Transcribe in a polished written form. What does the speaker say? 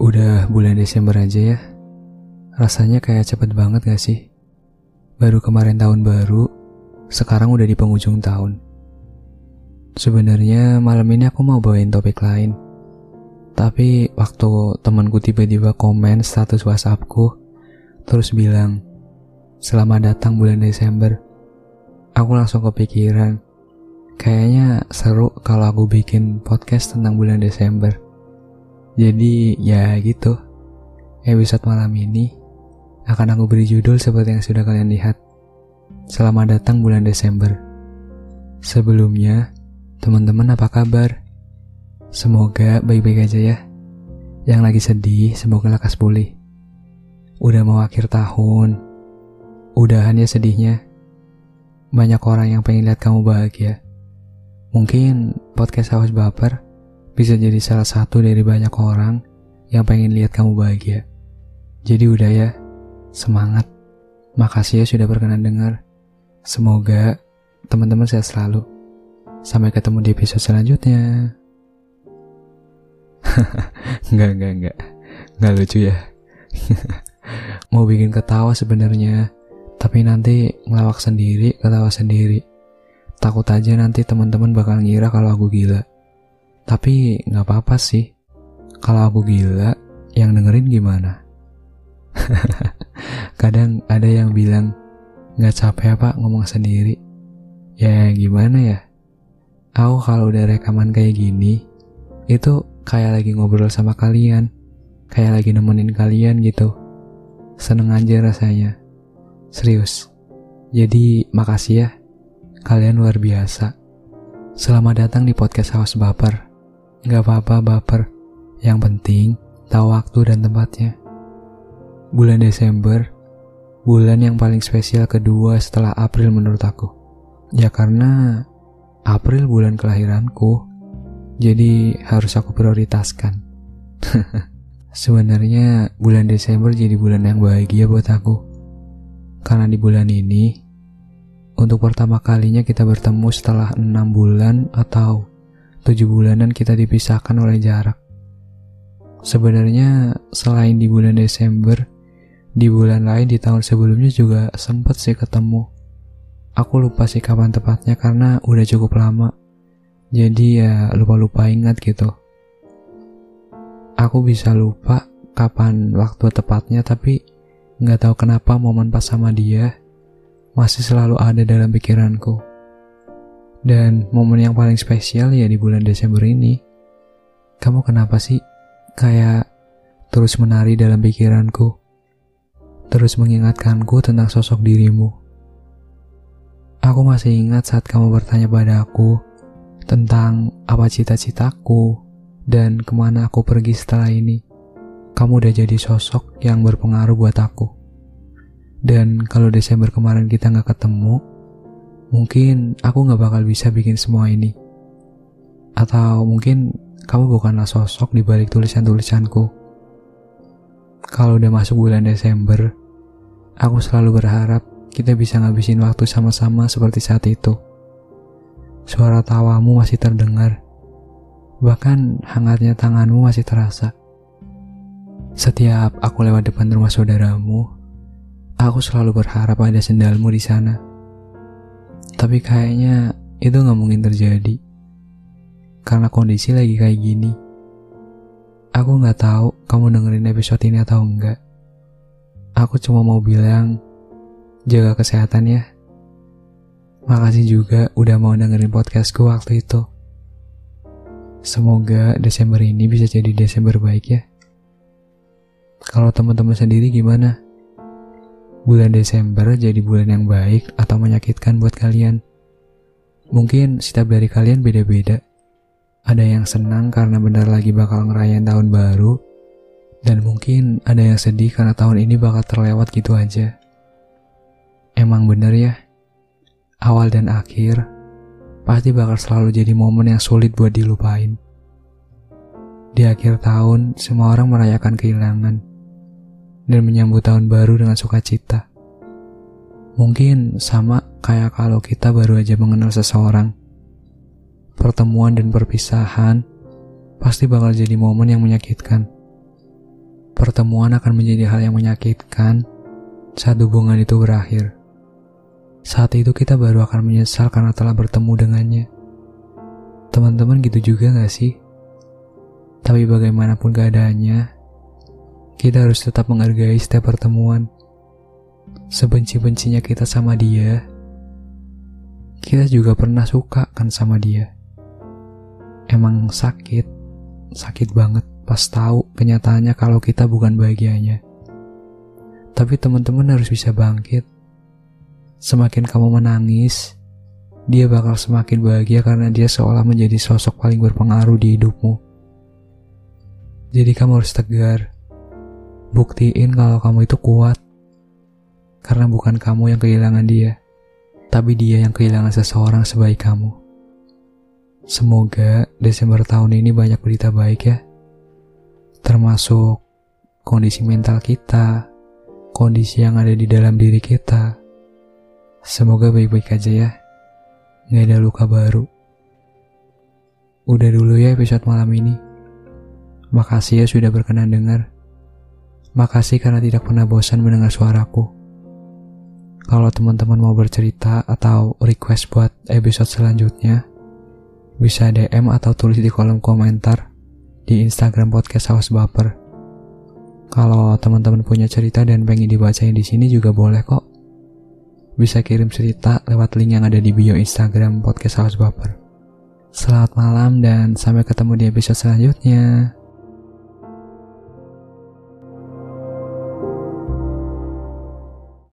Udah bulan Desember aja ya. Rasanya kayak cepet banget gak sih? Baru kemarin tahun baru, sekarang udah di penghujung tahun. Sebenarnya malam ini aku mau bawain topik lain. Tapi waktu temanku tiba-tiba komen status WhatsAppku, terus bilang, "Selamat datang bulan Desember." Aku langsung kepikiran, kayaknya seru kalau aku bikin podcast tentang bulan Desember. Jadi ya gitu, episode malam ini akan aku beri judul seperti yang sudah kalian lihat, Selamat Datang Bulan Desember. Sebelumnya, teman-teman apa kabar? Semoga baik-baik aja ya. Yang lagi sedih, semoga lekas pulih. Udah mau akhir tahun, udahan ya sedihnya. Banyak orang yang pengen lihat kamu bahagia. Mungkin podcast Haus Baper bisa jadi salah satu dari banyak orang yang pengen lihat kamu bahagia. Jadi udah ya, semangat. Makasih ya sudah berkenan dengar. Semoga teman-teman sehat selalu. Sampai ketemu di episode selanjutnya. Enggak lucu ya. Mau bikin ketawa sebenarnya, tapi nanti ngelawak sendiri, ketawa sendiri. Takut aja nanti teman-teman bakal ngira kalau aku gila. Tapi gak apa-apa sih. Kalau aku gila, yang dengerin gimana? Kadang ada yang bilang, gak capek apa ngomong sendiri? Ya gimana ya? Aku kalau udah rekaman kayak gini, itu kayak lagi ngobrol sama kalian, kayak lagi nemenin kalian gitu. Seneng aja rasanya. Serius. Jadi makasih ya, kalian luar biasa. Selamat datang di podcast Haus Baper. Gak apa-apa baper, yang penting tahu waktu dan tempatnya. Bulan Desember, bulan yang paling spesial kedua setelah April menurut aku. Ya karena April bulan kelahiranku, jadi harus aku prioritaskan. Sebenarnya bulan Desember jadi bulan yang bahagia buat aku. Karena di bulan ini, untuk pertama kalinya kita bertemu setelah 6 bulan atau 7 bulanan kita dipisahkan oleh jarak. Sebenarnya selain di bulan Desember, di bulan lain di tahun sebelumnya juga sempet sih ketemu. Aku lupa sih kapan tepatnya karena udah cukup lama. Jadi ya lupa-lupa ingat gitu. Aku bisa lupa kapan waktu tepatnya, tapi gak tahu kenapa momen pas sama dia masih selalu ada dalam pikiranku. Dan momen yang paling spesial ya di bulan Desember ini. Kamu kenapa sih kayak terus menari dalam pikiranku, terus mengingatkanku tentang sosok dirimu. Aku masih ingat saat kamu bertanya pada aku tentang apa cita-citaku dan kemana aku pergi setelah ini. Kamu udah jadi sosok yang berpengaruh buat aku. Dan kalau Desember kemarin kita gak ketemu, mungkin aku gak bakal bisa bikin semua ini. Atau mungkin kamu bukanlah sosok di balik tulisan-tulisanku. Kalau udah masuk bulan Desember, aku selalu berharap kita bisa ngabisin waktu sama-sama seperti saat itu. Suara tawamu masih terdengar, bahkan hangatnya tanganmu masih terasa. Setiap aku lewat depan rumah saudaramu, aku selalu berharap ada sendalmu di sana. Tapi kayaknya itu gak mungkin terjadi. Karena kondisi lagi kayak gini. Aku gak tahu kamu dengerin episode ini atau enggak. Aku cuma mau bilang, jaga kesehatan ya. Makasih juga udah mau dengerin podcastku waktu itu. Semoga Desember ini bisa jadi Desember baik ya. Kalau teman-teman sendiri gimana? Bulan Desember jadi bulan yang baik atau menyakitkan buat kalian? Mungkin setiap dari kalian beda-beda. Ada yang senang karena benar lagi bakal ngerayain tahun baru, dan mungkin ada yang sedih karena tahun ini bakal terlewat gitu aja. Emang bener ya, awal dan akhir pasti bakal selalu jadi momen yang sulit buat dilupain. Di akhir tahun, semua orang merayakan kehilangan dan menyambut tahun baru dengan sukacita. Mungkin sama kayak kalau kita baru aja mengenal seseorang. Pertemuan dan perpisahan pasti bakal jadi momen yang menyakitkan. pertemuan akan menjadi hal yang menyakitkan saat hubungan itu berakhir. Saat itu kita baru akan menyesal karena telah bertemu dengannya. Teman-teman gitu juga gak sih? Tapi bagaimanapun keadaannya, kita harus tetap menghargai setiap pertemuan. Sebenci-bencinya kita sama dia, kita juga pernah suka kan sama dia. Emang sakit banget pas tahu kenyataannya kalau kita bukan bahagianya. Tapi teman-teman harus bisa bangkit. Semakin kamu menangis, dia bakal semakin bahagia karena dia seolah menjadi sosok paling berpengaruh di hidupmu. Jadi kamu harus tegar. Buktiin kalau kamu itu kuat. Karena bukan kamu yang kehilangan dia, tapi dia yang kehilangan seseorang sebaik kamu. Semoga Desember tahun ini banyak berita baik ya. Termasuk kondisi mental kita, kondisi yang ada di dalam diri kita. Semoga baik-baik aja ya. Gak ada luka baru. Udah dulu ya episode malam ini. Makasih ya sudah berkenan dengar. Makasih karena tidak pernah bosan mendengar suaraku. Kalau teman-teman mau bercerita atau request buat episode selanjutnya, bisa DM atau tulis di kolom komentar di Instagram podcast Awas Baper. Kalau teman-teman punya cerita dan pengen dibacain di sini juga boleh kok. Bisa kirim cerita lewat link yang ada di bio Instagram podcast Awas Baper. Selamat malam dan sampai ketemu di episode selanjutnya.